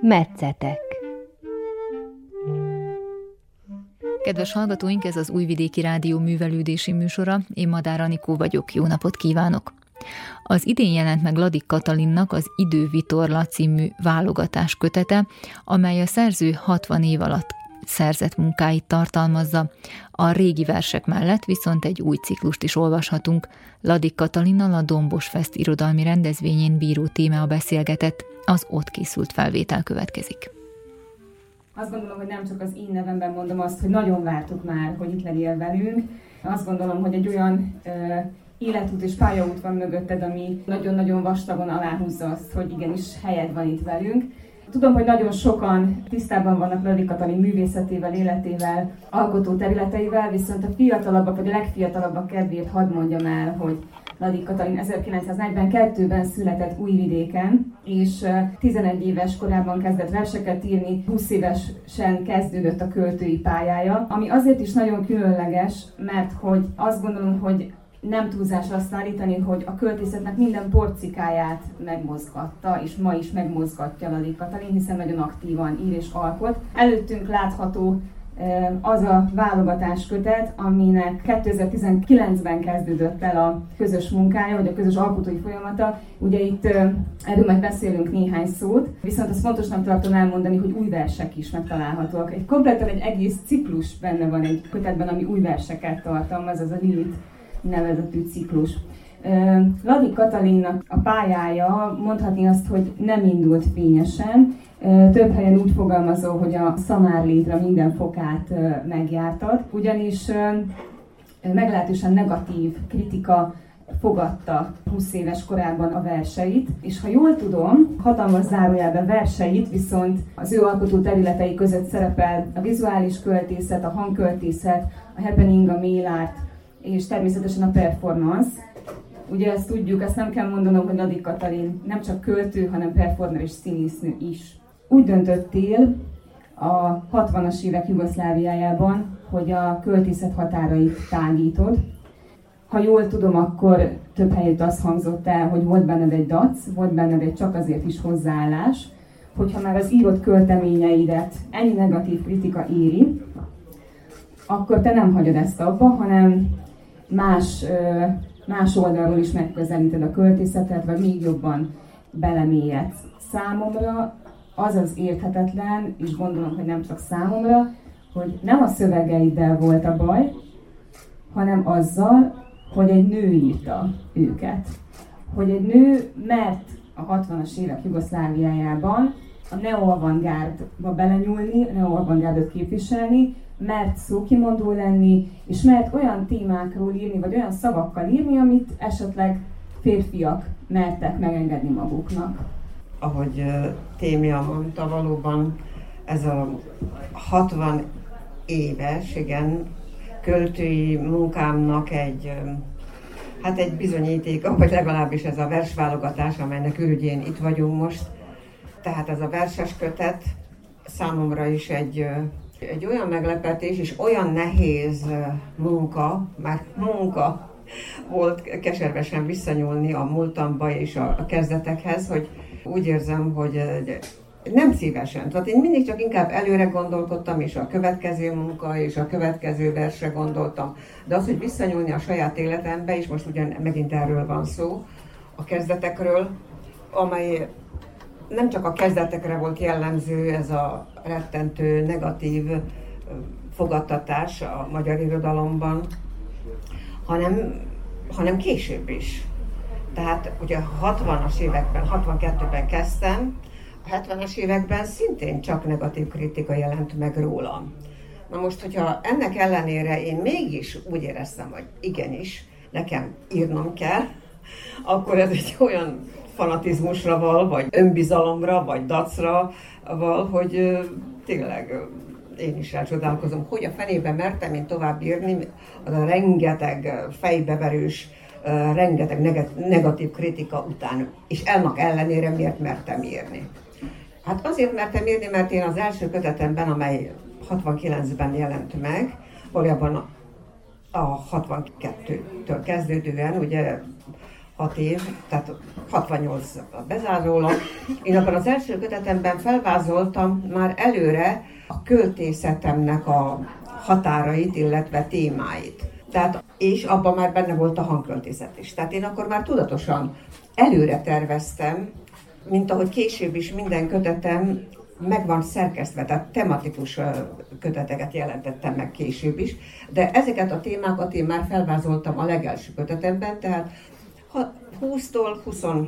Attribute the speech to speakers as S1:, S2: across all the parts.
S1: Metszetek.
S2: Kedves hallgatóink, ez az Újvidéki Rádió művelődési műsora, én Madár Anikó vagyok, jó napot kívánok! Az idén jelent meg Ladik Katalinnak az Idővitorla című válogatás kötete, amely a szerző 60 év alatt szerzett munkáit tartalmazza. A régi versek mellett viszont egy új ciklust is olvashatunk. Ladik Katalinnal a Dombos Fest irodalmi rendezvényén Bíró Tímea beszélgetett, az ott készült felvétel következik.
S3: Azt gondolom, hogy nem csak az én nevemben mondom azt, hogy nagyon vártuk már, hogy itt legyél velünk. Azt gondolom, hogy egy olyan életút és pályaút van mögötted, ami nagyon-nagyon vastagon aláhúzza azt, hogy igenis helyed van itt velünk. Tudom, hogy nagyon sokan tisztában vannak Ladik Katalin művészetével, életével, alkotó területeivel, viszont a fiatalabbak vagy a legfiatalabbak kedvéért hadd mondjam el, hogy Ladik Katalin 1942-ben született Újvidéken, és 11 éves korában kezdett verseket írni, 20 évesen kezdődött a költői pályája, ami azért is nagyon különleges, mert hogy azt gondolom, hogy nem túlzás azt állítani, hogy a költészetnek minden porcikáját megmozgatta, és ma is megmozgatja Ladik Katalin, hiszen nagyon aktívan ír és alkot. Előttünk látható az a válogatás kötet, aminek 2019-ben kezdődött el a közös munkája, vagy a közös alkotói folyamata. Ugye itt erről majd beszélünk néhány szót, viszont azt fontosnak tartom elmondani, hogy új versek is megtalálhatóak. Kompletten egy egész ciklus benne van egy kötetben, ami új verseket tartalmaz, az a Lilith nevezetű ciklus. Ladik Katalinnak a pályája mondhatni azt, hogy nem indult fényesen. Több helyen úgy fogalmazol, hogy a szamárlétre minden fokát megjártad, ugyanis meglehetősen negatív kritika fogadta 20 éves korában a verseit, és ha jól tudom, hatalmas zárójelben verseit, viszont az ő alkotó területei között szerepel a vizuális költészet, a hangköltészet, a happening, a mail art, és természetesen a performance. Ugye ezt tudjuk, ezt nem kell mondanom, hogy Ladik Katalin nem csak költő, hanem performer és színésznő is. Úgy döntöttél a 60-as évek Jugoszláviájában, hogy a költészet határait tágítod. Ha jól tudom, akkor több helyett azt hangzott el, hogy volt benned egy dac, volt benned egy csak azért is hozzáállás, hogyha már az írott költeményeidet ennyi negatív kritika éri, akkor te nem hagyod ezt abba, hanem más oldalról is megközelíted a költészetet, vagy még jobban belemélyedsz. Számomra az az érthetetlen, és gondolom, hogy nem csak számomra, hogy nem a szövegeiddel volt a baj, hanem azzal, hogy egy nő írta őket. Hogy egy nő mert a 60-as évek Jugoszláviájában a neo-avantgárdba belenyúlni, a neo-avantgárdot képviselni, mert szókimondó lenni, és mert olyan témákról írni, vagy olyan szavakkal írni, amit esetleg férfiak mertek megengedni maguknak.
S4: Ahogy Tímea mondta, valóban ez a 60 éves, igen, költői munkámnak egy bizonyítéka, vagy legalábbis ez a versválogatás, amelynek ürügyén itt vagyunk most. Tehát ez a verses kötet számomra is egy olyan meglepetés, és olyan nehéz munka volt keservesen visszanyúlni a múltamba és a kezdetekhez, hogy úgy érzem, hogy nem szívesen. Tehát én mindig csak inkább előre gondolkodtam, és a következő munka és a következő versre gondoltam. De az, hogy visszanyúlni a saját életembe, és most ugyan megint erről van szó, a kezdetekről, amely nem csak a kezdetekre volt jellemző ez a rettentő negatív fogadtatás a magyar irodalomban, hanem később is. Tehát ugye a 60-as években, 62-ben kezdtem, a 70-es években szintén csak negatív kritika jelent meg rólam. Na most, hogyha ennek ellenére én mégis úgy éreztem, hogy igenis, nekem írnom kell, akkor ez egy olyan fanatizmusra val, vagy önbizalomra, vagy dacra val, hogy tényleg én is elcsodálkozom, hogy a fenében mertem én tovább írni, az a rengeteg fejbeverős, rengeteg negatív kritika után, és ennek ellenére miért mertem írni. Hát azért mertem írni, mert én az első kötetemben, amely 69-ben jelent meg, valójában a 62-től kezdődően, ugye 6 év, tehát 68 bezárólag. Én abban az első kötetemben felvázoltam már előre a költészetemnek a határait, illetve témáit. Tehát, és abban már benne volt a hangköltészet is. Tehát én akkor már tudatosan előre terveztem, mint ahogy később is minden kötetem meg van szerkesztve, tehát tematikus köteteket jelentettem meg később is, de ezeket a témákat én már felvázoltam a legelső kötetemben, tehát 20-tól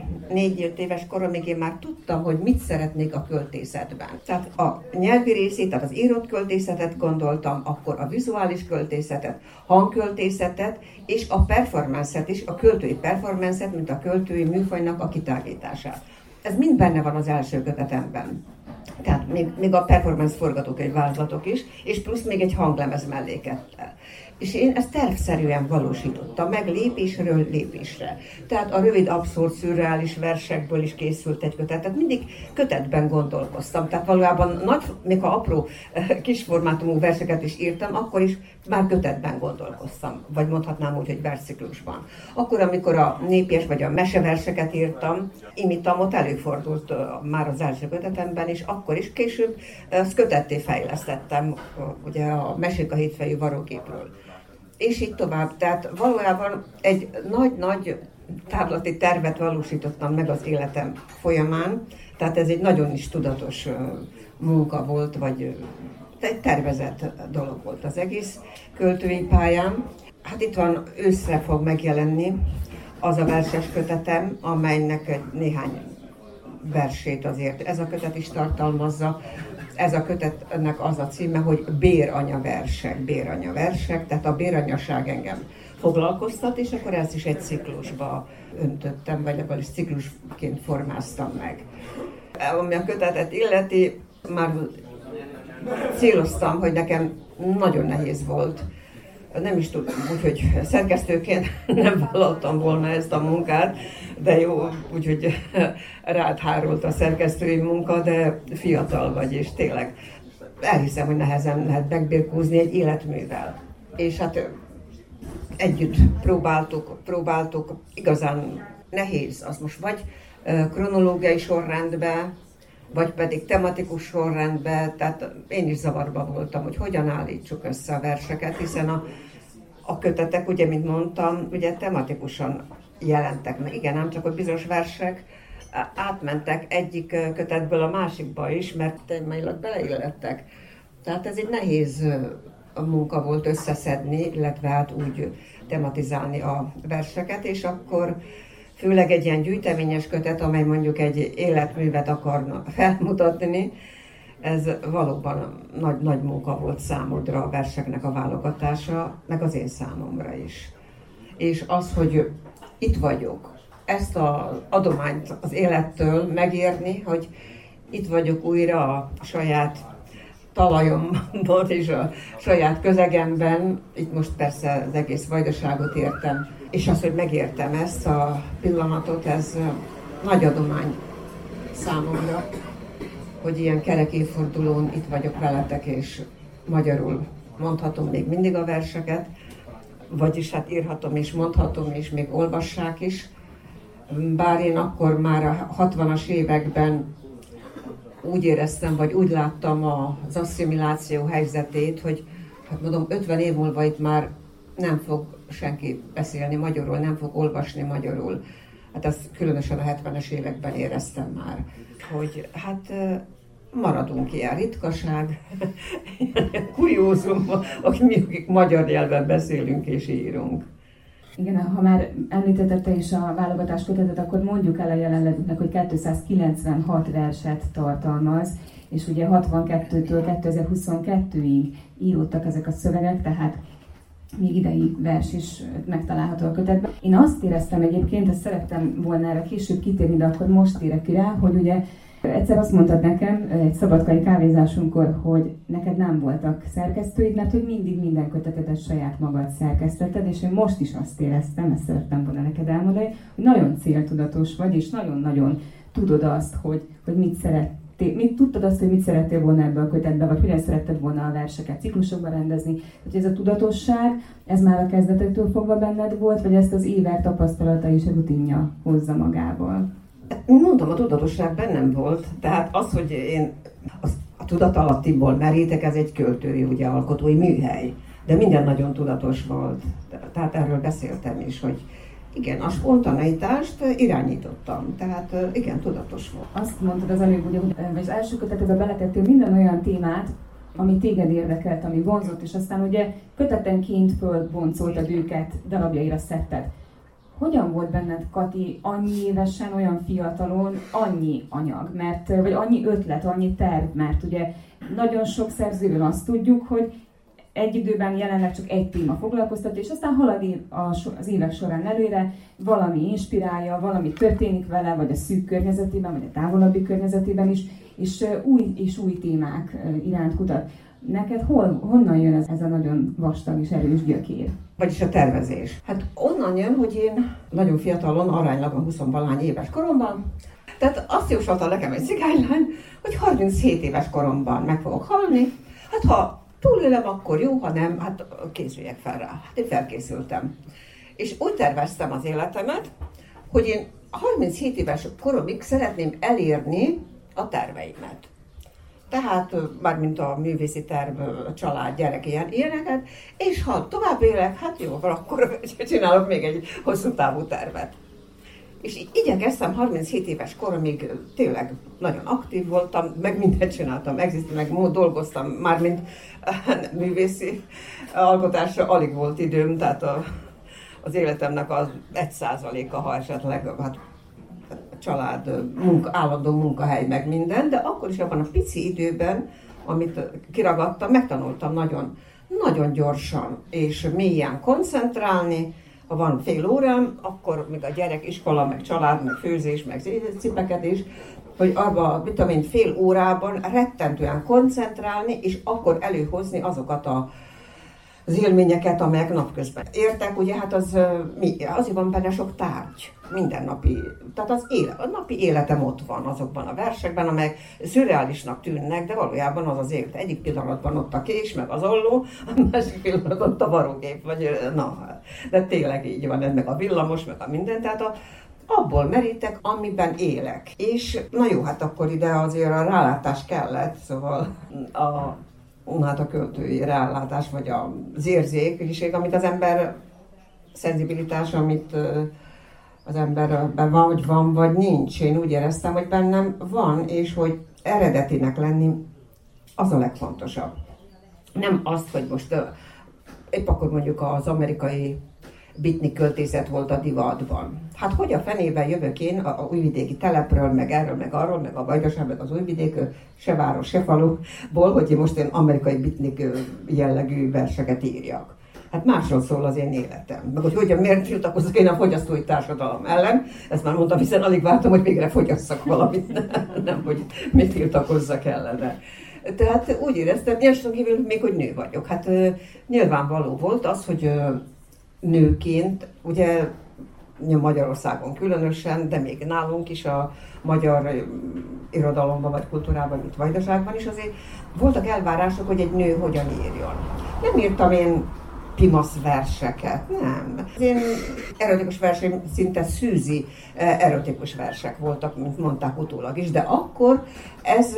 S4: 24 éves koromig én már tudtam, hogy mit szeretnék a költészetben. Tehát a nyelvi részét, tehát az írott költészetet gondoltam, akkor a vizuális költészetet, hangköltészetet és a performance-et is, a költői performance-et, mint a költői műfajnak a kitágítását. Ez mind benne van az első kötetemben. Tehát még a performance forgatókönyv vázlatok is, és plusz még egy hanglemez mellékettel. És én ezt tervszerűen valósítottam meg lépésről lépésre. Tehát a rövid, abszurd, szürreális versekből is készült egy kötet. Tehát mindig kötetben gondolkoztam. Tehát valójában még ha apró kisformátumú verseket is írtam, akkor is már kötetben gondolkoztam. Vagy mondhatnám úgy, hogy versciklusban. Akkor, amikor a népies vagy a meseverseket írtam, imitamot előfordult már az első kötetemben, és akkor is később ezt kötetté fejlesztettem, ugye a Mesék a hétfejű varrógépről. És így tovább. Tehát valójában egy nagy-nagy távlati tervet valósítottam meg az életem folyamán. Tehát ez egy nagyon is tudatos munka volt, vagy egy tervezett dolog volt az egész költői pályám. Hát itt van, őszre fog megjelenni az a verses kötetem, amelynek néhány versét azért ez a kötet is tartalmazza. Ez a kötetnek az a címe, hogy Béranyaversek, tehát a béranyaság engem foglalkoztat, és akkor ezt is egy ciklusba öntöttem, vagy legalábbis ciklusként formáztam meg. Ami a kötetet illeti, már céloztam, hogy nekem nagyon nehéz volt. Nem is tudom, úgyhogy szerkesztőként nem vállaltam volna ezt a munkát, de jó, úgyhogy rád hárult a szerkesztői munka, de fiatal vagy, és tényleg elhiszem, hogy nehezen lehet megbirkózni egy életművel. És hát együtt próbáltuk, igazán nehéz, az most vagy kronológiai sorrendben, vagy pedig tematikus sorrendben, tehát én is zavarba voltam, hogy hogyan állítsuk össze a verseket, hiszen a kötetek, ugye, mint mondtam, ugye tematikusan jelentek meg. Igen, nem csak a bizonyos versek átmentek egyik kötetből a másikba is, mert egymásnak beleillettek. Tehát ez egy nehéz munka volt összeszedni, illetve hát úgy tematizálni a verseket, és akkor főleg egy ilyen gyűjteményes kötet, amely mondjuk egy életművet akarna felmutatni, ez valóban nagy munka volt számodra a verseknek a válogatása, meg az én számomra is. És az, hogy itt vagyok, ezt az adományt az élettől megérni, hogy itt vagyok újra a saját talajomban és a saját közegemben, itt most persze az egész Vajdaságot értem, és az, hogy megértem ezt a pillanatot, ez nagy adomány számomra, hogy ilyen kerek évfordulón itt vagyok veletek, és magyarul mondhatom még mindig a verseket, vagyis hát írhatom és mondhatom, és még olvassák is. Bár én akkor már a 60-as években úgy éreztem, vagy úgy láttam az asszimiláció helyzetét, hogy hát mondom, 50 év múlva itt már nem fog senki beszélni magyarul, nem fog olvasni magyarul. Hát ezt különösen a 70-es években éreztem már, hogy hát maradunk ilyen ritkaság, kuriózum, akik magyar nyelven beszélünk és írunk.
S3: Igen, ha már említette te is a válogatás kötetet, akkor mondjuk el a jelenlegünknek, hogy 296 verset tartalmaz, és ugye 62-től 2022-ig íródtak ezek a szövegek, tehát még idei vers is megtalálható a kötetben. Én azt éreztem egyébként, ezt szerettem volna erre később kitérni, de akkor most érek ki rá, hogy ugye egyszer azt mondtad nekem egy szabadkai kávézásunkkor, hogy neked nem voltak szerkesztőid, mert hogy mindig minden kötetedet saját magad szerkesztetted, és én most is azt éreztem, ezt szerettem volna neked elmondani, hogy nagyon céltudatos vagy, és nagyon-nagyon tudod azt, hogy mit mit tudtad azt, hogy mit szerettél volna ebbe a kötetbe, vagy hogyan szeretted volna a verseket ciklusokban rendezni? Tehát ez a tudatosság, ez már a kezdetektől fogva benned volt, vagy ezt az évek tapasztalata és a rutinja hozza magával?
S4: Mondom, a tudatosság bennem volt, tehát az, hogy én a tudatalattiból merítek, ez egy költői, ugye alkotói műhely. De minden nagyon tudatos volt. Tehát erről beszéltem is, hogy igen, a spontaneitást irányítottam, tehát igen, tudatos volt.
S3: Azt mondtad az előbb, ugye, hogy az első kötetbe beletettél minden olyan témát, ami téged érdekelt, ami vonzott, és aztán ugye kötetenként fölboncoltad őket, darabjaira szedted. Hogyan volt benned, Kati, annyi évesen, olyan fiatalon, annyi anyag, vagy annyi ötlet, annyi terv, mert ugye nagyon sok szerzőről azt tudjuk, hogy egy időben jelenleg csak egy téma foglalkoztatja, és aztán halad az évek során előre, valami inspirálja, valami történik vele, vagy a szűk környezetében, vagy a távolabbi környezetében is, és új témák iránt kutat. Neked honnan jön ez a nagyon vastag és erős gyökér?
S4: Vagyis a tervezés. Hát onnan jön, hogy én nagyon fiatalon, aránylag 20-valány éves koromban, tehát azt jósolta nekem egy cigánylány, hogy 37 éves koromban meg fogok halni, hát ha túlélem, akkor jó, ha nem, hát készüljek fel rá. Hát én felkészültem. És úgy terveztem az életemet, hogy én 37 éves koromig szeretném elérni a terveimet. Tehát mármint a művészi terv, a család, gyerek, ilyeneket, és ha tovább élek, hát jó, akkor csinálok még egy hosszú távú tervet. És igyekeztem 37 éves koromig, tényleg nagyon aktív voltam, meg mindent csináltam, meg dolgoztam, mármint művészi alkotásra alig volt időm, tehát az életemnek az 1%-a, ha esetleg, hát család, állandó munkahely, meg minden, de akkor is abban a pici időben, amit kiragadtam, megtanultam nagyon, nagyon gyorsan és mélyen koncentrálni. Ha van fél órám, akkor még a gyerek, iskola, meg család, meg főzés, meg cipekedés, hogy abban, mit tudom én, fél órában rettentően koncentrálni, és akkor előhozni azokat az élményeket, amelyek napközben értek. Ugye hát azért van benne sok tárgy, mindennapi, tehát a napi életem ott van azokban a versekben, amelyek szürreálisnak tűnnek, de valójában az az élet. Egyik pillanatban ott a kés, meg az olló, a másik pillanatban ott a varrógép, vagy de tényleg így van, ez meg a villamos, meg a minden, tehát abból merítek, amiben élek. És na jó, hát akkor ide azért a rálátás kellett, szóval a költői rálátás, vagy az érzékenység, amit az ember, szenzibilitás, amit az emberben van, vagy nincs. Én úgy éreztem, hogy bennem van, és hogy eredetinek lenni az a legfontosabb. Nem azt, hogy most épp akkor mondjuk az amerikai beatnik költészet volt a divatban. Hát hogy a fenében jövök én a újvidéki telepről, meg erről, meg arról, meg a Vajdaság, meg az Újvidékről, se város, se faluból, hogy én amerikai beatnik jellegű verseket írjak. Hát másról szól az én életem. Meg hogy miért tiltakozzak én a fogyasztói társadalom ellen, ezt már mondtam, hiszen alig vártam, hogy végre fogyasszak valamit, nem, hogy mit tiltakozzak ellene. Tehát úgy éreztem, nyilván kívül még, hogy nő vagyok. Hát nyilvánvaló volt az, hogy nőként, ugye Magyarországon különösen, de még nálunk is a magyar irodalomban vagy kultúrában, mint Vajdaságban is azért voltak elvárások, hogy egy nő hogyan írjon. Nem írtam én pimasz verseket, nem. Az én erotikus verseim szinte szűzi erotikus versek voltak, mint mondták utólag is, de akkor ez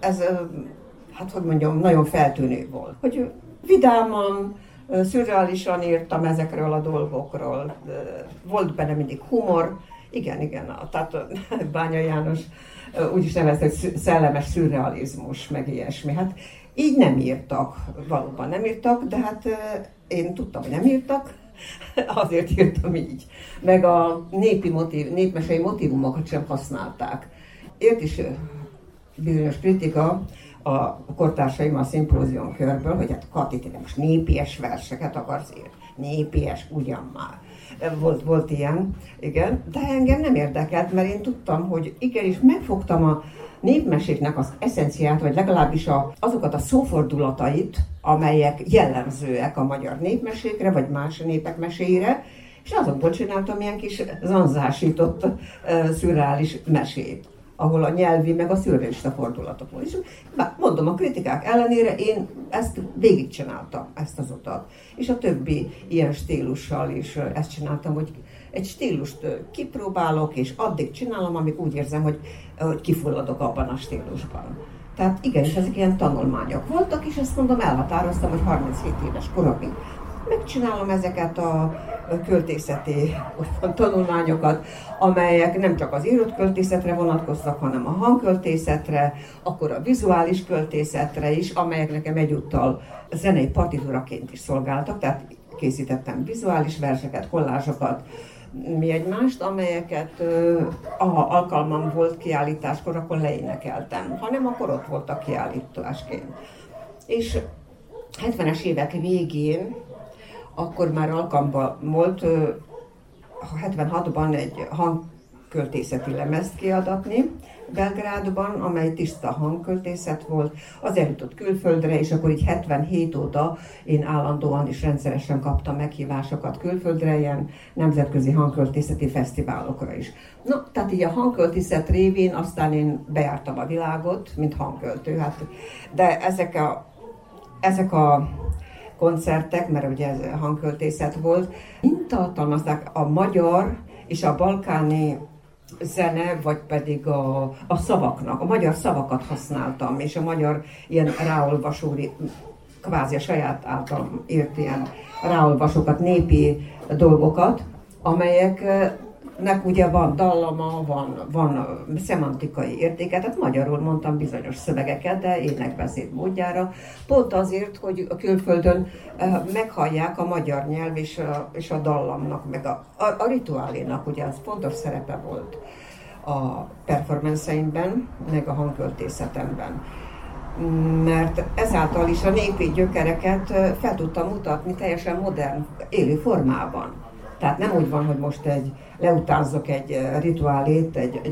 S4: hát hogy mondjam, nagyon feltűnő volt. Hogy vidáman, szürreálisan írtam ezekről a dolgokról, volt benne mindig humor, igen, tehát Bányai János úgy is nevezte, hogy szellemes szürrealizmus, meg ilyesmi. Hát így nem írtak, valóban nem írtak, de hát én tudtam, hogy nem írtak, azért írtam így. Meg a népmesei motívumokat sem használták. Ért is bizonyos kritika a kortársaim a szimpózium körből, hogy hát Kati, te most népies verseket akarsz írni. Népies, ugyan már. Volt ilyen, igen, de engem nem érdekelt, mert én tudtam, hogy igenis megfogtam a népmeséknek az eszenciát, vagy legalábbis azokat a szófordulatait, amelyek jellemzőek a magyar népmesékre, vagy más népek meséire, és azokból csináltam ilyen kis zanzásított, szürreális mesét. ahol a nyelvi meg a szürrealista fordulatok volt. És mondom, a kritikák ellenére én ezt végigcsináltam, ezt az utat. És a többi ilyen stílussal is ezt csináltam, hogy egy stílust kipróbálok, és addig csinálom, amíg úgy érzem, hogy kifulladok abban a stílusban. Tehát igenis, ezek ilyen tanulmányok voltak, és ezt mondom, elhatároztam, hogy 37 éves koromig megcsinálom ezeket a költészeti tanulmányokat, amelyek nem csak az írott költészetre vonatkoztak, hanem a hangköltészetre, akkor a vizuális költészetre is, amelyek nekem egyúttal zenei partitúraként is szolgáltak, tehát készítettem vizuális verseket, kollázsokat, mi egymást, amelyeket alkalmam volt kiállításkor, akkor leénekeltem, hanem akkor ott voltak kiállításként. És 70-es évek végén, akkor már alkalmam volt 76-ban egy hangköltészeti lemezt kiadatni Belgrádban, amely tiszta hangköltészet volt, az eljutott külföldre, és akkor így 77 óta én állandóan és rendszeresen kaptam meghívásokat külföldre, ilyen nemzetközi hangköltészeti fesztiválokra is. Na, tehát így a hangköltészet révén aztán én bejártam a világot, mint hangköltő, hát, de ezek a koncertek, mert ugye ez hangköltészet volt, mind tartalmazták a magyar és a balkáni zene, vagy pedig a szavaknak, a magyar szavakat használtam, és a magyar ilyen ráolvasó, kvázi a saját által írt ilyen ráolvasókat, népi dolgokat, amelyeknek ugye van dallama, van szemantikai értéke, tehát magyarul mondtam bizonyos szövegeket, de énekbeszéd módjára, pont azért, hogy a külföldön meghallják a magyar nyelv és a dallamnak, meg a rituálénak, ugye az fontos szerepe volt a performanceimben, meg a hangköltészetemben. Mert ezáltal is a népi gyökereket fel tudtam mutatni teljesen modern, élő formában. Tehát nem úgy van, hogy most leutánzok egy rituálét, egy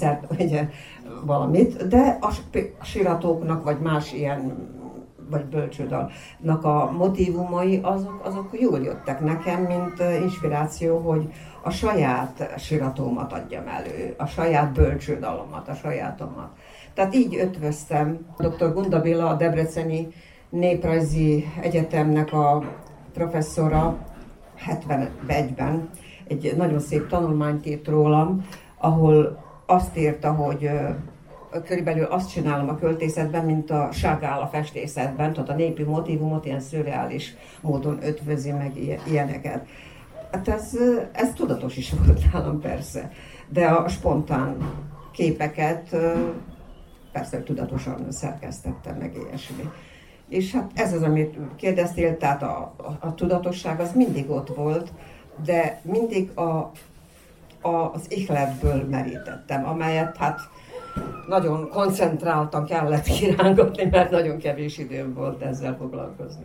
S4: valamit, de a siratóknak, vagy más ilyen, vagy bölcsődalnak a motívumai, azok jól jöttek nekem, mint inspiráció, hogy a saját siratómat adjam elő, a saját bölcsődalomat, a sajátomat. Tehát így ötvöztem. Dr. Gunda Béla, a Debreceni Néprajzi Egyetemnek a professzora 71-ben egy nagyon szép tanulmányt írt rólam, ahol azt írta, hogy körülbelül azt csinálom a költészetben, mint a Chagall a festészetben, tehát a népi motívumot ilyen szürreális módon ötvözi meg ilyeneket. Hát ez tudatos is volt nálam persze, de a spontán képeket persze, hogy tudatosan szerkesztettem meg ilyesmi. És hát ez az, amit kérdeztél, tehát a tudatosság az mindig ott volt, de mindig az ihletből merítettem, amelyet hát nagyon koncentráltan kellett kirángatni, mert nagyon kevés időm volt ezzel foglalkozni.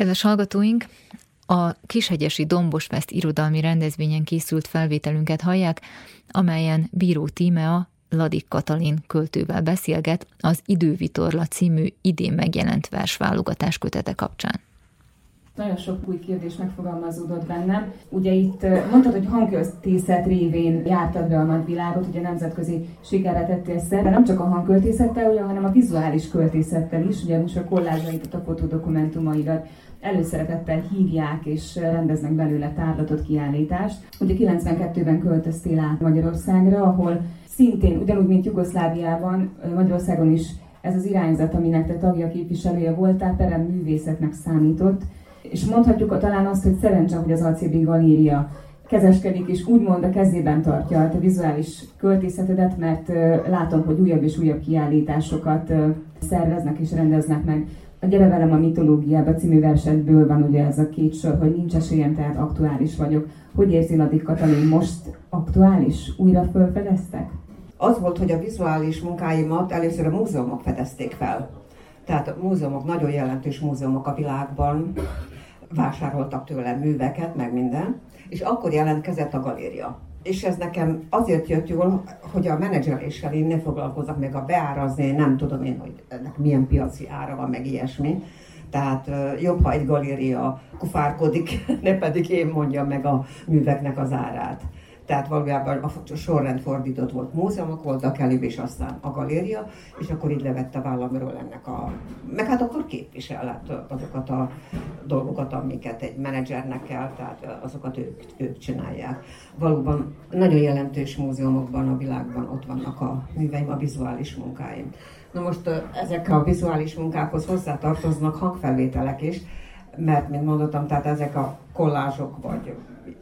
S2: Kedves hallgatóink, a Kishegyesi Dombosfest irodalmi rendezvényen készült felvételünket hallják, amelyen Bíró Tímea Ladik Katalin költővel beszélget az Idővitorla című idén megjelent versválogatás kötete kapcsán.
S3: Nagyon sok új kérdés megfogalmazódott bennem. Ugye itt mondtad, hogy hangköltészet révén jártad be a nagyvilágot, ugye nemzetközi sikerre tettél szert, de nem csak a hangköltészettel, ugye, hanem a vizuális költészettel is, ugye most a kollázsaidat, a fotodokumentumaidat előszeretettel hívják és rendeznek belőle tárlatot, kiállítást. Ugye 92-ben költöztél át Magyarországra, ahol szintén, ugyanúgy, mint Jugoszláviában, Magyarországon is ez az irányzat, aminek te tagja, képviselője voltál, peremművészetnek számított. És mondhatjuk talán azt, hogy szerencse, hogy az ACB Galéria kezeskedik, és úgymond a kezében tartja a vizuális költészetedet, mert látom, hogy újabb és újabb kiállításokat szerveznek és rendeznek meg. A Gyere velem a mitológiába című versetből van ugye ez a két sor, hogy nincs esélyem, tehát aktuális vagyok. Hogy érzi Ladik Katalin, most aktuális? Újra felfedeztek?
S4: Az volt, hogy a vizuális munkáimat először a múzeumok fedezték fel. Tehát a múzeumok, nagyon jelentős múzeumok a világban vásároltak tőlem műveket, meg minden, és akkor jelentkezett a galéria. És ez nekem azért jött jól, hogy a menedzseléssel én ne foglalkozzak meg a beárazni, nem tudom én, hogy ennek milyen piaci ára van, meg ilyesmi. Tehát jobb, ha egy galéria kufárkodik, ne pedig én mondjam meg a műveknek az árát. Tehát valójában a sorrend fordított volt, múzeumok voltak előbb, és aztán a galéria, és akkor így levette vállamról ennek meg hát akkor képviselett azokat a dolgokat, amiket egy menedzsernek kell, tehát azokat ők csinálják. Valóban nagyon jelentős múzeumokban a világban ott vannak a műveim, a vizuális munkáim. Na most ezek a vizuális munkákhoz hozzátartoznak hangfelvételek is, mert, mint mondottam, tehát ezek a kollázsok vagy,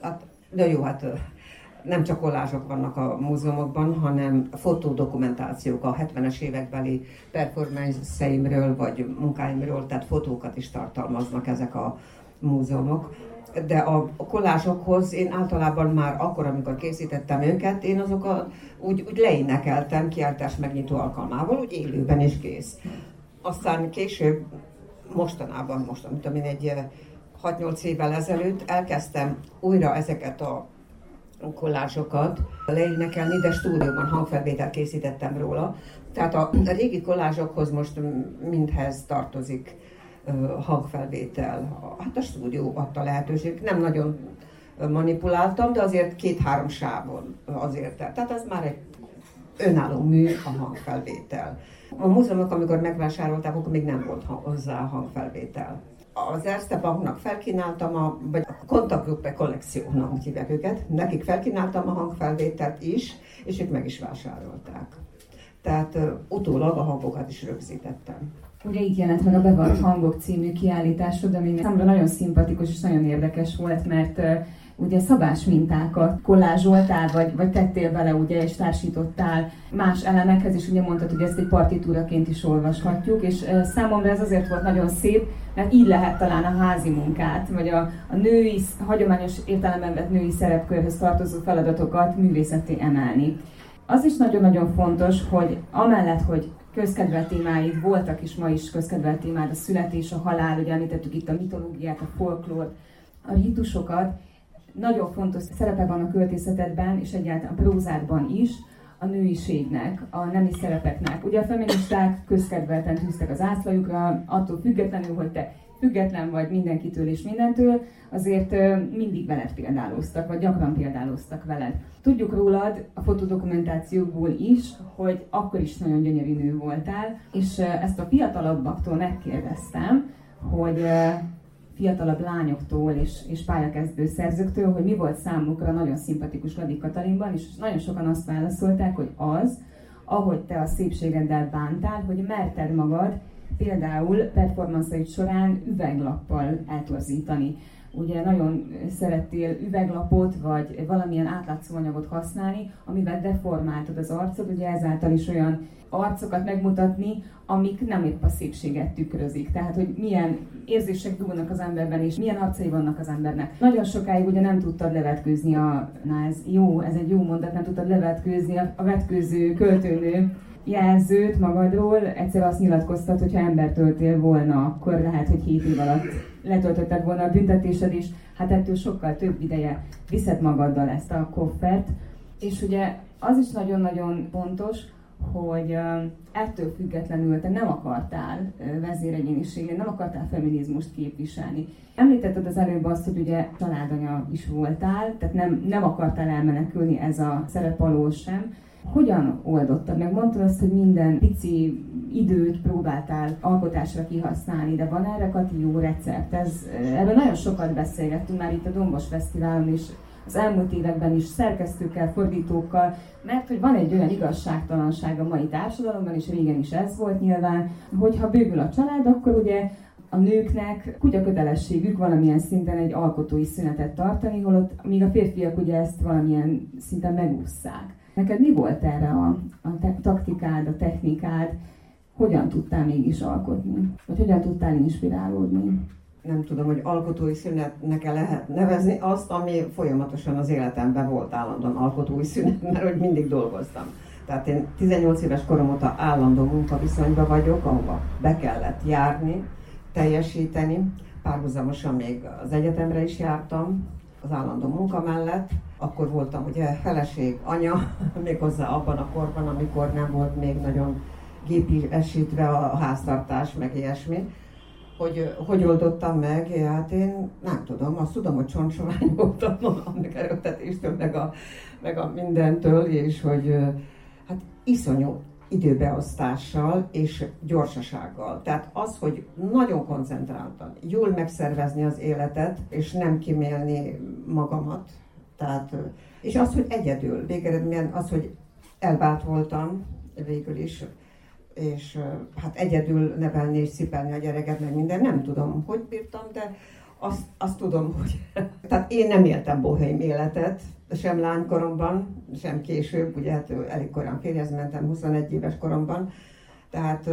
S4: de jó, hát nem csak kollázsok vannak a múzeumokban, hanem fotódokumentációk a 70-es évekbeli performance-eimről vagy munkáimról, tehát fotókat is tartalmaznak ezek a múzeumok. De a kollázsokhoz én általában már akkor, amikor készítettem őket, én azokat úgy leénekeltem kiáltás megnyitó alkalmával, úgy élőben is kész. Aztán később, mostanában, tudom én, egy 6-8 évvel ezelőtt elkezdtem újra ezeket a kollázsokat leénekelni, de stúdióban hangfelvételt készítettem róla. Tehát a régi kollázsokhoz most mindhez tartozik hangfelvétel. Hát a stúdió adta lehetőség. Nem nagyon manipuláltam, de azért 2-3 sávon azért. Tehát ez már egy önálló mű a hangfelvétel. A múzeumok, amikor megvásárolták, akkor még nem volt hozzá hangfelvétel. Az Erste Banknak felkínáltam, vagy a Kontaktgruppe kollekciónak, úgy hívják őket, nekik felkínáltam a hangfelvételt is, és ők meg is vásárolták. Tehát utólag a hangokat is rögzítettem.
S3: Ugye így jelent meg a Bevart Hangok című kiállításod, ami számomra nagyon szimpatikus és nagyon érdekes volt, mert ugye szabás mintákat kollázsoltál, vagy tettél bele, ugye, és társítottál más elemekhez, és ugye mondtad, hogy ezt egy partitúraként is olvashatjuk, és számomra ez azért volt nagyon szép, mert így lehet talán a házi munkát, vagy a női, hagyományos értelemben vett női szerepkörhöz tartozó feladatokat művészetté emelni. Az is nagyon-nagyon fontos, hogy amellett, hogy közkedvelt témáid voltak, és ma is közkedvelt témád a születés, a halál, ugye említettük itt a mitológiát, a folklórt, a rítusokat, nagyon fontos szerepe van a költészetedben, és egyáltalán a prózádban is, a nőiségnek, a nemi szerepeknek. Ugye a feministák közkedvelten tűztek az ászlajukra, attól függetlenül, hogy te független vagy mindenkitől és mindentől, azért mindig veled példáloztak, vagy gyakran példáloztak veled. Tudjuk rólad a fotodokumentációkból is, hogy akkor is nagyon gyönyörű nő voltál, és ezt a fiatalabbaktól megkérdeztem, hogy fiatalabb lányoktól és pályakezdő szerzőktől, hogy mi volt számukra nagyon szimpatikus Ladik Katalinban, és nagyon sokan azt válaszolták, hogy az, ahogy te a szépségeddel bántál, hogy merted magad például performanceid során üveglappal eltorzítani. Ugye nagyon szerettél üveglapot, vagy valamilyen átlátszó anyagot használni, amivel deformáltad az arcod, ugye ezáltal is olyan arcokat megmutatni, amik nem épp a szépséget tükrözik. Tehát, hogy milyen érzések dúlnak az emberben, és milyen arcai vannak az embernek. Nagyon sokáig ugye nem tudtad levetkőzni ez egy jó mondat, nem tudtad levetkőzni a vetkőző költőnő jelzőt magadról. Egyszer azt nyilatkoztat, hogy ha embert öltél volna, akkor lehet, hogy 7 év alatt letöltötted volna a büntetésed is, hát ettől sokkal több ideje viszed magaddal ezt a koffert. És ugye az is nagyon-nagyon fontos, hogy ettől függetlenül te nem akartál vezéregyéniségre, nem akartál feminizmust képviselni. Említetted az előbb azt, hogy ugye családanya is voltál, tehát nem akartál elmenekülni ez a szerep alól sem. Hogyan oldottad meg? Mondtad azt, hogy minden pici időt próbáltál alkotásra kihasználni, de van erre, Kati, jó recept? Erről nagyon sokat beszélgettünk már itt a Dombos Fesztiválon is, az elmúlt években is szerkesztőkkel, fordítókkal, mert hogy van egy olyan igazságtalanság a mai társadalomban, és régen is ez volt nyilván, hogyha bővül a család, akkor ugye a nőknek kutya kötelességük valamilyen szinten egy alkotói szünetet tartani, holott míg a férfiak ugye ezt valamilyen szinten megússzák. Neked mi volt erre a taktikád, a technikád? Hogyan tudtál mégis alkotni? Vagy hogyan tudtál inspirálódni?
S4: Nem tudom, hogy alkotói szünetnek lehet nevezni azt, ami folyamatosan az életemben volt állandóan alkotói szünet, mert hogy mindig dolgoztam. Tehát én 18 éves korom óta állandó munkaviszonyban vagyok, ahova be kellett járni, teljesíteni. Párhuzamosan még az egyetemre is jártam, az állandó munka mellett. Akkor voltam ugye feleség, anya, méghozzá abban a korban, amikor nem volt még nagyon gépiesítve a háztartás, meg ilyesmi. Hogy oldottam meg? Hát én nem tudom, azt tudom, hogy csontsovány voltam a erőltetéstől, meg a mindentől, és hogy hát iszonyú időbeosztással és gyorsasággal. Tehát az, hogy nagyon koncentráltan, jól megszervezni az életet, és nem kimélni magamat. Tehát, és az, hogy egyedül, végeredményen az, hogy elvált voltam végül is, és hát egyedül nevelni és szipelni a gyereket, meg minden, nem tudom, hogy bírtam, de azt tudom, hogy tehát én nem éltem bohém életet, sem lánykoromban, sem később, ugye hát elég korán férjhez mentem, 21 éves koromban, tehát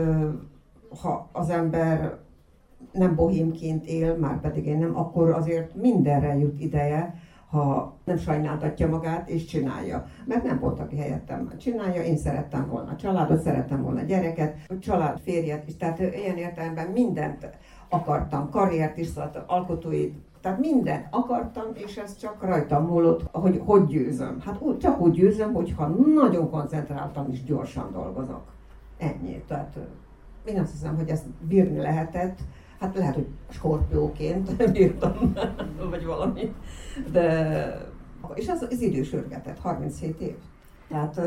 S4: ha az ember nem bohémként él, már pedig én nem, akkor azért mindenre jut ideje, ha nem sajnáltatja magát és csinálja. Mert nem volt, aki helyettem csinálja, én szerettem volna családot, szerettem volna gyereket, család, férjet is, tehát ilyen értelemben mindent akartam, karriert is, alkotói, tehát mindent akartam, és ez csak rajtam múlott, hogy győzöm. Hát csak úgy győzöm, hogyha nagyon koncentráltam és gyorsan dolgozok. Ennyi. Tehát én azt hiszem, hogy ezt bírni lehetett. Hát lehet, hogy skorpióként bírtam, vagy valami. De, és az idő sürgetett, 37 év. Tehát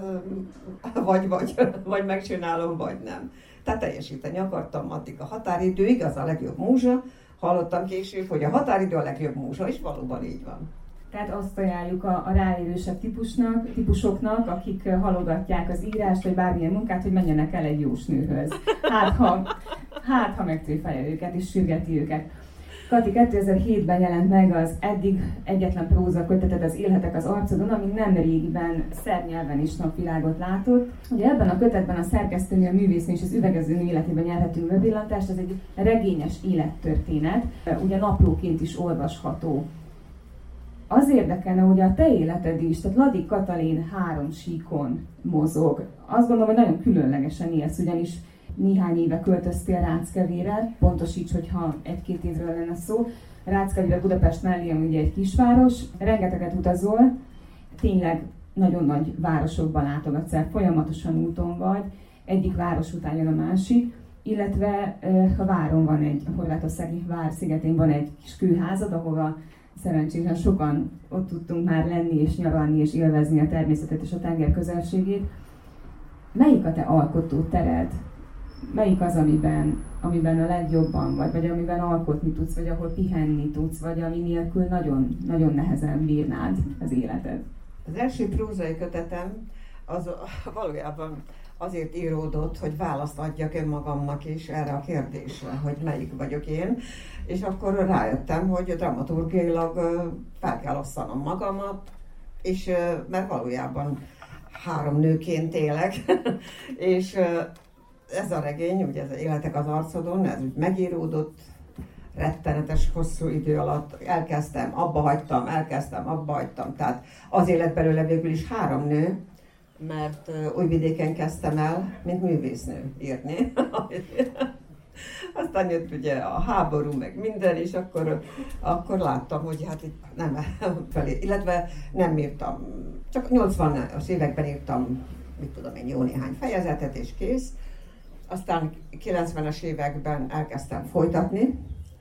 S4: vagy megcsinálom, vagy nem. Tehát teljesíteni akartam addig a határidőig, az a legjobb múzsa. Hallottam később, hogy a határidő a legjobb múzsa, és valóban így van.
S3: Tehát azt ajánljuk a ráérősebb típusoknak, akik halogatják az írást, vagy bármilyen munkát, hogy menjenek el egy jósnőhöz. Hát ha megtréfálja őket, és sürgeti őket. Kati, 2007-ben jelent meg az eddig egyetlen próza köteted, az Élhetek az arcodon, ami nemrégiben szernyelven is napvilágot látott. Ugye ebben a kötetben a szerkesztőnő, a művésznő és az üvegező nő életében nyerhetünk bevillantást, ez egy regényes élettörténet, ugye naplóként is olvasható. Az érdekelne, hogy a te életed is, tehát Ladik Katalin 3 síkon mozog. Azt gondolom, hogy nagyon különlegesen élsz, ugyanis néhány éve költöztél Ráckevére, pontosíts, hogyha 1-2 évről lenne szó. Ráckevér Budapest mellé, ami ugye egy kisváros, rengeteget utazol, tényleg nagyon nagy városokban látogatsz el, folyamatosan úton vagy, egyik város után jön a másik, illetve a Váron van a horvátországi Vár szigetén van egy kis kőházad, ahova szerencsésen sokan ott tudtunk már lenni és nyaralni és élvezni a természetet és a tenger közelségét. Melyik a te alkotó tered? Melyik az, amiben a legjobban vagy amiben alkotni tudsz, vagy ahol pihenni tudsz, vagy ami nélkül nagyon, nagyon nehezen bírnád az életed?
S4: Az első prózai kötetem az valójában azért íródott, hogy választ adjak önmagamnak is erre a kérdésre, hogy melyik vagyok én, és akkor rájöttem, hogy dramaturgiailag fel kell osztanom magamat, és mert valójában 3 nőként élek, és ez a regény, ugye ez az Élhetek az arcodon, ez úgy megíródott, rettenetes hosszú idő alatt elkezdtem, abba hagytam, tehát azért lett belőle végül is 3 nő, mert Újvidéken kezdtem el, mint művésznő írni. Aztán jött ugye a háború, meg minden, és akkor láttam, hogy hát itt nem felé, illetve nem írtam, csak 80-as években írtam, mit tudom én, jó néhány fejezetet, és kész. Aztán 90-es években elkezdtem folytatni,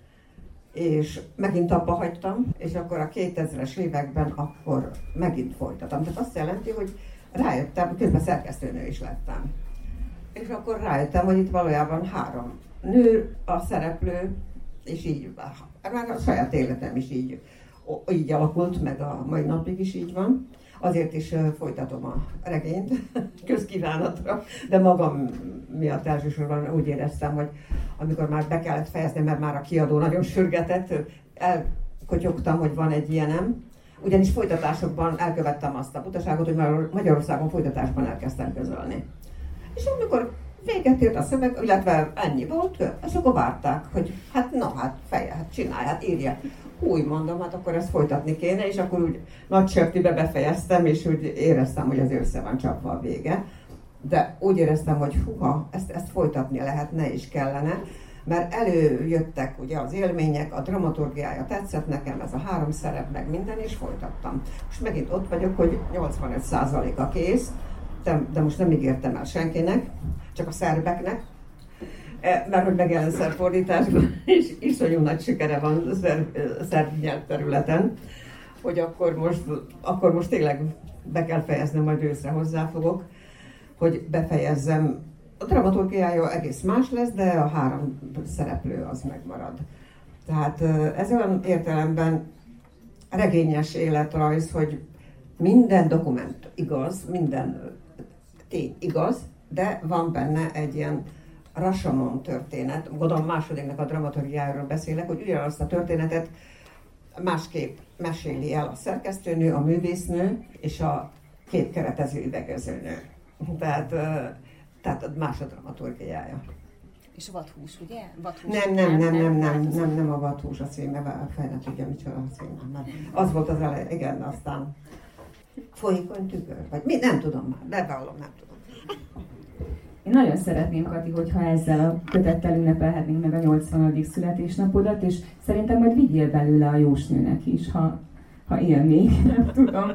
S4: és megint abba hagytam, és akkor a 2000-es években akkor megint folytatom. Tehát azt jelenti, hogy rájöttem, közben szerkesztőnő is lettem. És akkor rájöttem, hogy itt valójában 3 nő a szereplő, és így, már a saját életem is így alakult, meg a mai napig is így van. Azért is folytatom a regényt, közkívánatra, de magam miatt elsősorban úgy éreztem, hogy amikor már be kellett fejezni, mert már a kiadó nagyon sürgetett, elkotyogtam, hogy van egy ilyenem. Ugyanis folytatásokban elkövettem azt a butaságot, hogy Magyarországon folytatásban elkezdtem közölni. És amikor véget ért a szöveg, illetve ennyi volt, és akkor várták, hogy hát csinálj, hát írja. Úgy mondom, hát akkor ezt folytatni kéne, és akkor úgy nagy sörtűbe befejeztem, és úgy éreztem, hogy az össze van csapva a vége. De úgy éreztem, hogy ezt folytatni lehetne és kellene, mert előjöttek ugye az élmények, a dramaturgiája tetszett nekem, ez a 3 szerep, meg minden, és folytattam. Most megint ott vagyok, hogy 85%-a kész, de most nem ígértem el senkinek, csak a szerbeknek, mert hogy megjelent szerbfordításban, és iszonyú nagy sikere van szerb nyelvterületen, hogy akkor most tényleg be kell fejeznem, majd őszre hozzáfogok, hogy befejezzem. A dramaturgiája egész más lesz, de a 3 szereplő az megmarad. Tehát ez olyan értelemben regényes életrajz, hogy minden dokument igaz, minden tény igaz, de van benne egy ilyen Rashomon történet, gondolom másodiknak a dramaturgiájáról beszélek, hogy ugyanazt a történetet másképp meséli el a szerkesztőnő, a művésznő és a képkeretező üvegezőnő. Tehát más a dramaturgiája.
S1: És vadhús, ugye? Vadhús
S4: Nem a vadhús a címe, fel nem tudja, micsoda a címe. Mert az volt az elején, igen, aztán folyékony tükör, vagy mi, nem tudom már, bevallom, nem tudom.
S3: Én nagyon szeretném, Kati, hogyha ezzel a kötettel ünnepelhetnénk meg a 80. születésnapodat, és szerintem majd vigyél belőle a jósnőnek is, ha él még, nem tudom.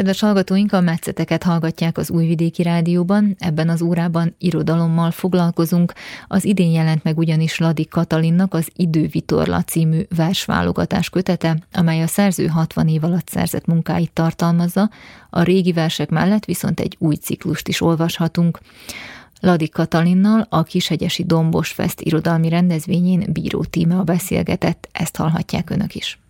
S2: Kedves hallgatóink, a Metszeteket hallgatják az Újvidéki Rádióban. Ebben az órában irodalommal foglalkozunk. Az idén jelent meg ugyanis Lady Katalinnak az Idővitorla című versválogatás kötete, amely a szerző 60 év alatt szerzett munkáit tartalmazza, a régi versek mellett viszont egy új ciklust is olvashatunk. Lady Katalinnal a Kishegyesi Dombos Fest irodalmi rendezvényén Bíró Tímea beszélgetett, ezt hallhatják önök is.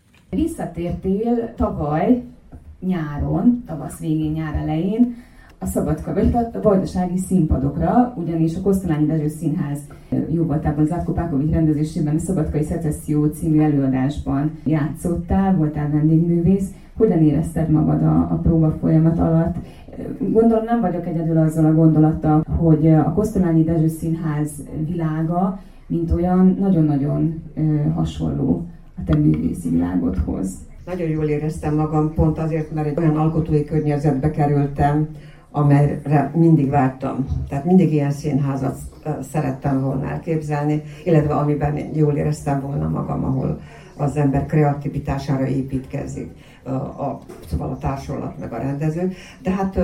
S3: Visszatértél tavaly nyáron, tavasz végén, nyár elején a vajdasági színpadokra, ugyanis a Kosztolányi Dezső Színház jóvoltában Zlatko Pákovics rendezésében a Szabadkai Szecesszió című előadásban játszottál, voltál vendégművész. Hogyan érezted magad a próba folyamat alatt? Gondolom nem vagyok egyedül azzal a gondolattal, hogy a Kosztolányi Dezső Színház világa, mint olyan, nagyon-nagyon hasonló a te művészi világodhoz.
S4: Nagyon jól éreztem magam, pont azért, mert egy olyan alkotói környezetbe kerültem, amelyre mindig vártam. Tehát mindig ilyen színházat szerettem volna elképzelni, illetve amiben jól éreztem volna magam, ahol az ember kreativitására építkezik, szóval a társulat meg a rendező. De hát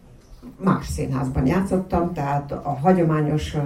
S4: más színházban játszottam, tehát a hagyományos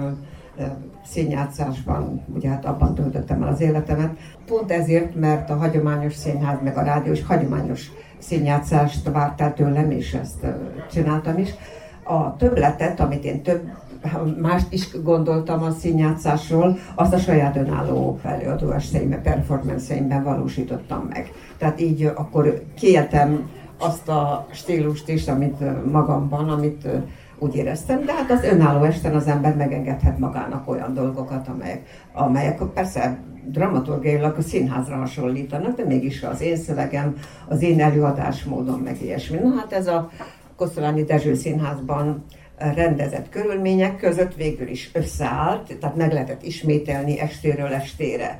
S4: színjátszásban, ugye hát abban töltöttem el az életemet. Pont ezért, mert a hagyományos színház, meg a rádiós hagyományos színjátszást vártál tőlem, és ezt csináltam is. A többletet, amit én mást is gondoltam a színjátszásról, azt a saját önálló előadó estéimben, performance-eimben valósítottam meg. Tehát így akkor kiéltem azt a stílust is, amit magamban, amit úgy éreztem, de hát az önálló esten az ember megengedhet magának olyan dolgokat, amelyek persze dramaturgiailag a színházra hasonlítanak, de mégis az én szövegem, az én előadásmódom, meg ilyesmi. Na hát ez a Kosztolányi Dezső Színházban rendezett körülmények között végül is összeállt, tehát meg lehetett ismételni estéről estére.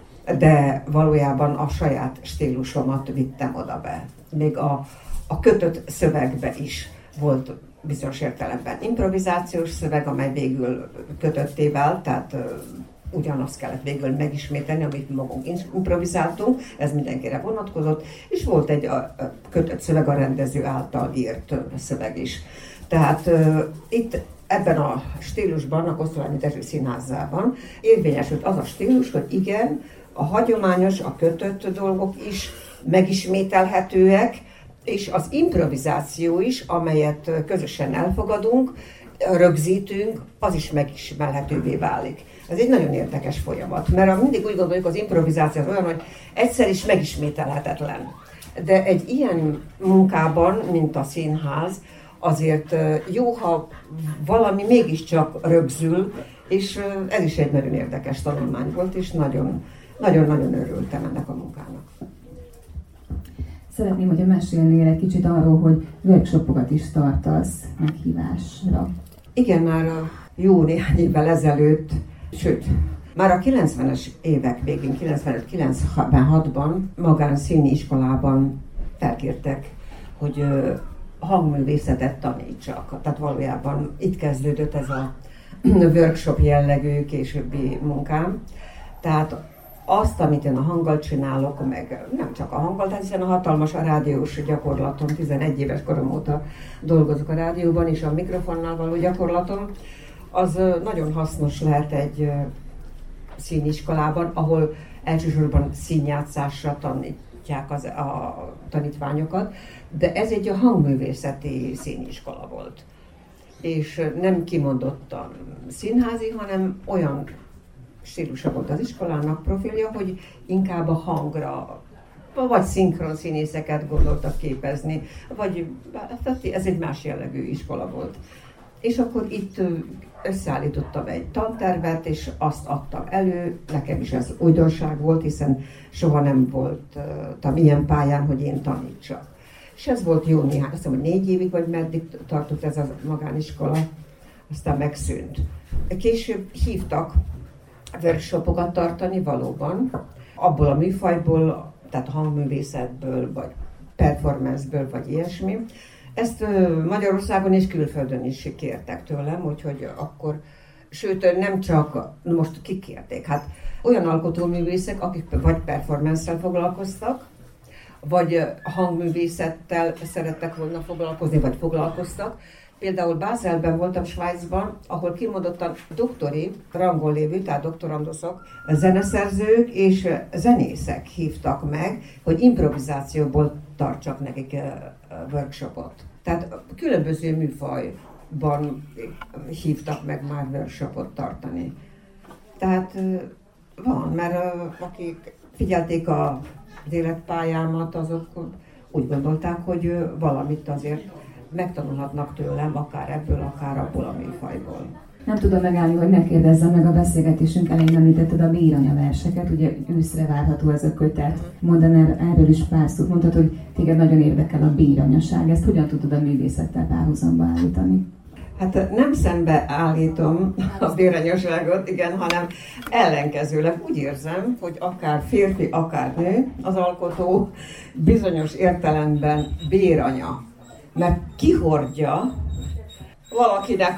S4: De valójában a saját stílusomat vittem oda be. Még a kötött szövegbe is volt bizonyos értelemben improvizációs szöveg, amely végül kötötté vált, tehát ugyanazt kellett végül megismételni, amit magunk improvizáltunk, ez mindenkire vonatkozott, és volt egy kötött szöveg, a rendező által írt szöveg is. Tehát itt ebben a stílusban, a Kosztolányi Dezső Színházában érvényesült az a stílus, hogy igen, a hagyományos, a kötött dolgok is megismételhetőek, és az improvizáció is, amelyet közösen elfogadunk, rögzítünk, az is megismerhetővé válik. Ez egy nagyon érdekes folyamat, mert mindig úgy gondoljuk, az improvizáció az olyan, hogy egyszer is megismételhetetlen. De egy ilyen munkában, mint a színház, azért jó, ha valami mégiscsak rögzül, és ez is egy nagyon érdekes tanulmány volt, és nagyon-nagyon örültem ennek a munkának.
S3: Szeretném, hogyha mesélnél egy kicsit arról, hogy workshopokat is tartasz meghívásra.
S4: Igen, már jó néhány évvel ezelőtt, sőt, már a 90-es évek végén, 95-96-ban magánszíni iskolában felkértek, hogy hangművészetet tanítsak. Tehát valójában itt kezdődött ez a workshop jellegű későbbi munkám. Tehát azt, amit én a hanggal csinálok, meg nem csak a hanggal, de hiszen a hatalmas a rádiós gyakorlatom, 11 éves korom óta dolgozok a rádióban, és a mikrofonnal való gyakorlatom, az nagyon hasznos lehet egy színiskolában, ahol elsősorban színjátszásra tanítják a tanítványokat, de ez egy hangművészeti színiskola volt. És nem kimondottan színházi, hanem olyan stílusa volt az iskolának, profilja, hogy inkább a hangra, vagy szinkron színészeket gondoltak képezni, vagy ez egy más jellegű iskola volt. És akkor itt összeállítottam egy tantervet, és azt adtam elő, nekem is ez újdonság volt, hiszen soha nem voltam ilyen pályán, hogy én tanítsak. És ez volt jó néhány, azt hiszem, hogy 4 évig, vagy meddig tartott ez a magániskola, aztán megszűnt. Később hívtak workshopokat tartani valóban, abból a műfajból, tehát a hangművészetből, vagy performanceből, vagy ilyesmi. Ezt Magyarországon és külföldön is kértek tőlem, úgyhogy akkor, sőt nem csak, most kikérték, hát olyan alkotóművészek, akik vagy performance-szel foglalkoztak, vagy hangművészettel szerettek volna foglalkozni, vagy foglalkoztak. Például Bázelben voltam, Svájcban, ahol kimondottan doktori rangon lévő, tehát doktoranduszok, zeneszerzők és zenészek hívtak meg, hogy improvizációból tartsak nekik workshopot. Tehát különböző műfajban hívtak meg már workshopot tartani. Tehát van, mert akik figyelték az életpályámat, azok úgy gondolták, hogy valamit azért megtanulhatnak tőlem, akár ebből, akár abból a műfajból.
S3: Nem tudom megállni, hogy ne kérdezzem meg, a beszélgetésünk elején említetted a Béranya verseket, ugye őszre várható ez a kötet. Mondanál erről is pár szót, mondtad, hogy téged nagyon érdekel a béranyaság. Ezt hogyan tudod a művészettel párhuzamba állítani?
S4: Hát nem szembe állítom a béranyaságot, igen, hanem ellenkezőleg úgy érzem, hogy akár férfi, akár nő, az alkotó bizonyos értelemben béranya. Mert kihordja valakinek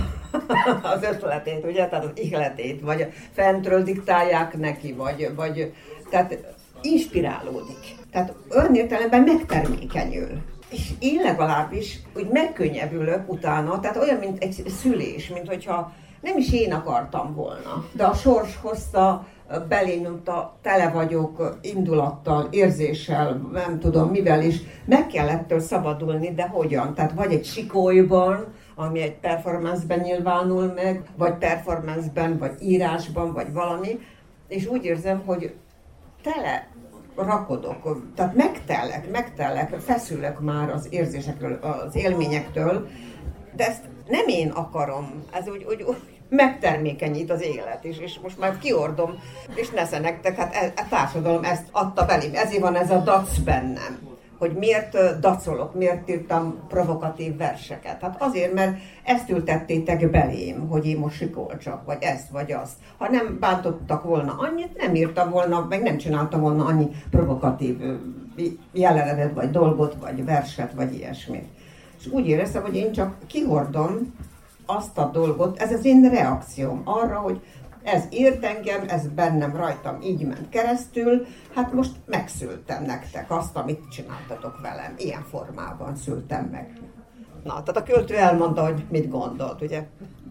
S4: az ötletét, ugye, tehát az ihletét, vagy fentről diktálják neki, vagy tehát inspirálódik. Tehát olyan értelemben megtermékenyül. És én legalábbis úgy megkönnyebbülök utána, tehát olyan, mint egy szülés, mint hogyha nem is én akartam volna, de a sors hozta, belém nyomta, tele vagyok indulattal, érzéssel, nem tudom mivel is, meg kell ettől szabadulni, de hogyan? Tehát vagy egy sikolyban, ami egy performance-ben nyilvánul meg, vagy performance-ben, vagy írásban, vagy valami, és úgy érzem, hogy tele rakodok, tehát megtellek, feszülök már az érzésekről, az élményektől, de ezt nem én akarom, ez úgy megtermékenyít az élet is, és most már kiordom, és nesze nektek, hát a társadalom ezt adta belém, ezért van ez a dac bennem, hogy miért dacolok, miért írtam provokatív verseket. Hát azért, mert ezt ültettétek belém, hogy én most sikolcsak, vagy ezt, vagy azt. Ha nem bántottak volna annyit, nem írtam volna, meg nem csináltam volna annyi provokatív jelenetet, vagy dolgot, vagy verset, vagy ilyesmit. És úgy éreztem, hogy én csak kihordom azt a dolgot, ez az én reakcióm arra, hogy ez írt engem, ez bennem rajtam így ment keresztül, hát most megszültem nektek azt, amit csináltatok velem. Ilyen formában szültem meg. Na, tehát a költő elmondta, hogy mit gondolt, ugye?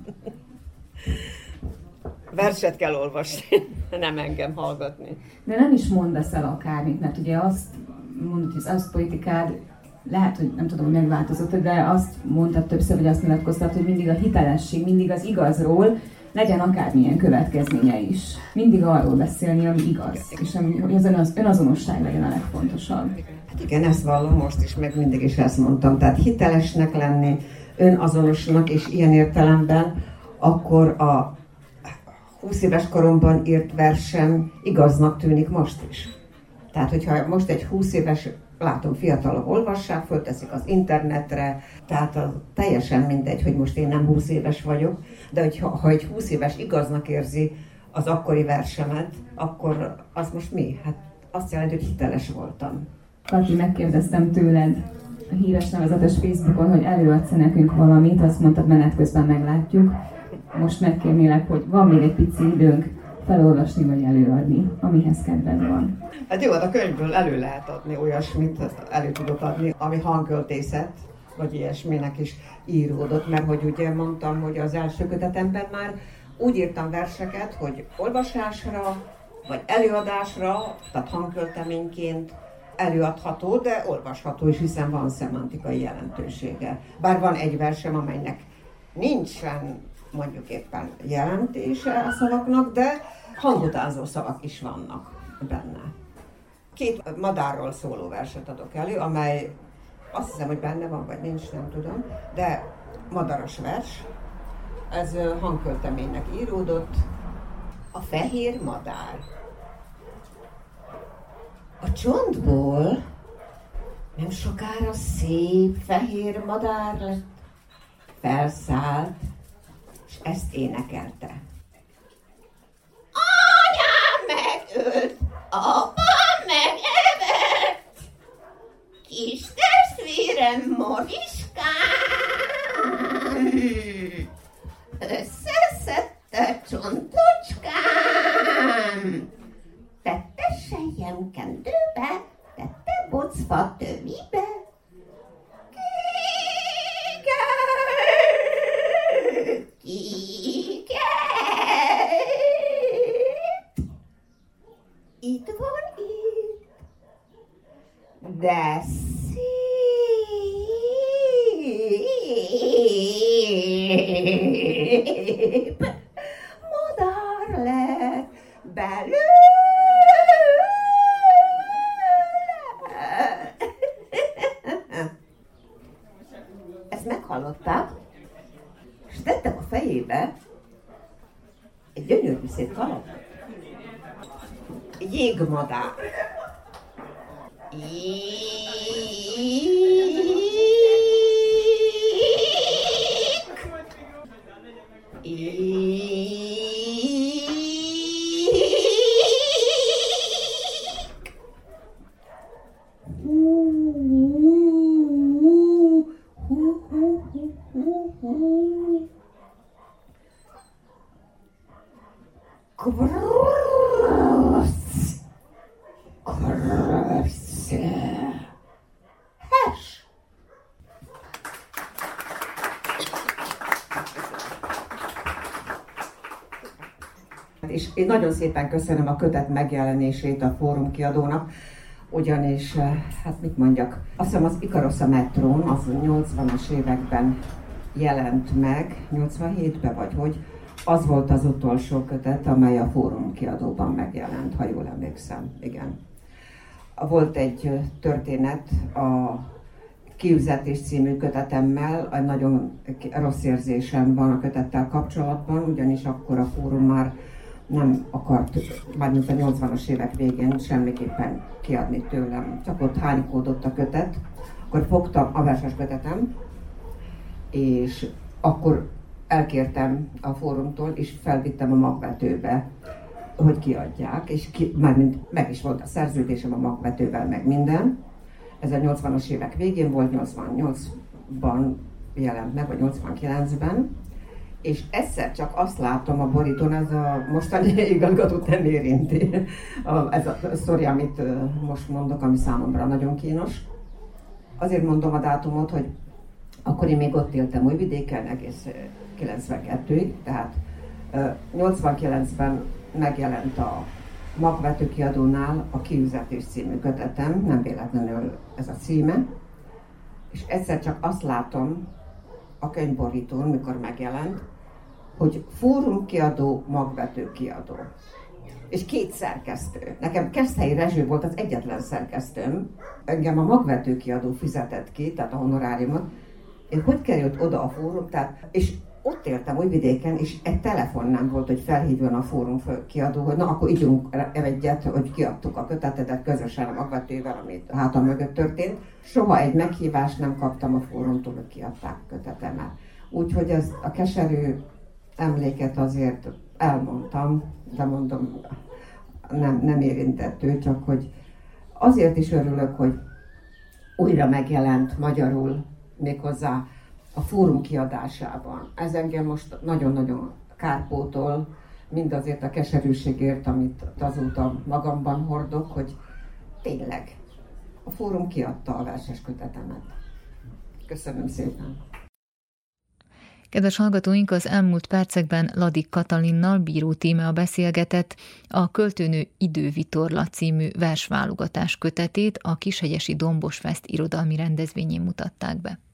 S4: Verset kell olvasni, nem engem hallgatni.
S3: De nem is mondasz el akármit, mert ugye azt mondod, hogy az aszpolitikád, lehet, hogy nem tudom, hogy megváltozott, de azt mondtad többször, vagy azt nyilatkoztat, hogy mindig a hitelesség, mindig az igazról, legyen akármilyen következménye is. Mindig arról beszélni, ami igaz, és hogy az önazonosság legyen a legfontosabb.
S4: Hát igen, ezt vallom most is, meg mindig is ezt mondtam. Tehát hitelesnek lenni, önazonosnak, és ilyen értelemben akkor a 20 éves koromban írt versem igaznak tűnik most is. Tehát, hogyha most egy 20 éves, látom, fiatalok olvassák, fölteszik az internetre, tehát teljesen mindegy, hogy most én nem 20 éves vagyok, de ha egy 20 éves igaznak érzi az akkori versemet, akkor az most mi? Hát azt jelenti, hogy hiteles voltam.
S3: Kati, megkérdeztem tőled a híres nevezetes Facebookon, hogy előadsz nekünk valamit, azt mondtad, menet közben meglátjuk. Most megkérnélek, hogy van még egy pici időnk felolvasni vagy előadni, amihez kedved van.
S4: Hát jó, a könyvből elő lehet adni olyasmit, elő tudok adni, ami hangköltészet, vagy ilyesminek is íródott, mert hogy ugye mondtam, hogy az első kötetemben már úgy írtam verseket, hogy olvasásra, vagy előadásra, tehát hangkölteményként előadható, de olvasható is, hiszen van szemantikai jelentősége. Bár van egy versem, amelynek nincsen mondjuk éppen jelentése a szavaknak, de hangutánzó szavak is vannak benne. 2 madárról szóló verset adok elő, amely azt hiszem, hogy benne van, vagy nincs, nem tudom, de madaras vers. Ez hangkölteménynek íródott. A fehér madár. A csontból nem sokára szép fehér madár lett, felszállt, és ezt énekelte. Anyám megölt, apám megevett, kis testvérem Moriskám, összeszedte csontocskám, tette selyem kendőbe, tette szép madár lett belőle. Ezt meghallották, és tettem a fejébe egy gyönyörű szép kalap. Jégmadár. És én nagyon szépen köszönöm a kötet megjelenését a Fórum kiadónak, ugyanis, hát mit mondjak, azt hiszem az Ikarosz a metrón, az 80-as években jelent meg, 87-ben vagy hogy, az volt az utolsó kötet, amely a Fórum kiadóban megjelent, ha jól emlékszem, igen. Volt egy történet a Kiüzetés című kötetemmel, egy nagyon rossz érzésem van a kötettel kapcsolatban, ugyanis akkor a Fórum már nem akart, mármint a 80-as évek végén semmiképpen kiadni tőlem. Csak ott hánykódott a kötet, akkor fogtam a verses kötetem, és akkor elkértem a Fórumtól, és felvittem a magvetőbe, hogy kiadják, és mármint meg is volt a szerződésem a magvetővel, meg minden. Ez a 80-as évek végén volt, 88-ban jelent meg, vagy 89-ben, és egyszer csak azt látom a borítón, ez a mostani igazgatót nem érinti, ez a sztori, amit most mondok, ami számomra nagyon kínos. Azért mondom a dátumot, hogy akkor én még ott éltem Újvidéken egész 92-ig, tehát 89-ben megjelent a Magvető kiadónál a Kiüzetés című kötetem, nem véletlenül ez a címe, és egyszer csak azt látom a könyvborítón, mikor megjelent, hogy Fórum kiadó, Magvető kiadó. És 2 szerkesztő. Nekem Keszthelyi Rezső volt az egyetlen szerkesztőm, engem a Magvető kiadó fizetett ki, tehát a honoráriumot. Én hogy került oda a Fórum, és ott éltem Újvidéken, és egy telefon nem volt, hogy felhívjon a Fórum kiadó, hogy na, akkor ígyunk egyet, hogy kiadtuk a kötetedet közösen a Magvetővel, amit hátam mögött történt. Soha egy meghívást nem kaptam a Fórumtól, hogy kiadták a kötetemet. Úgyhogy ez a keserű emléket azért elmondtam, de mondom, nem érintett ő, csak hogy azért is örülök, hogy újra megjelent magyarul, méghozzá a Fórum kiadásában. Ez engem most nagyon-nagyon kárpótol, mindazért a keserűségért, amit azóta magamban hordok, hogy tényleg a Fórum kiadta a verses kötetemet. Köszönöm szépen!
S2: Kedves hallgatóink, az elmúlt percekben Ladik Katalinnal, Bíró Tímea beszélgetett, a Költőnő Idővitorla című versválogatás kötetét a Kishegyesi Dombos Fest irodalmi rendezvényén mutatták be.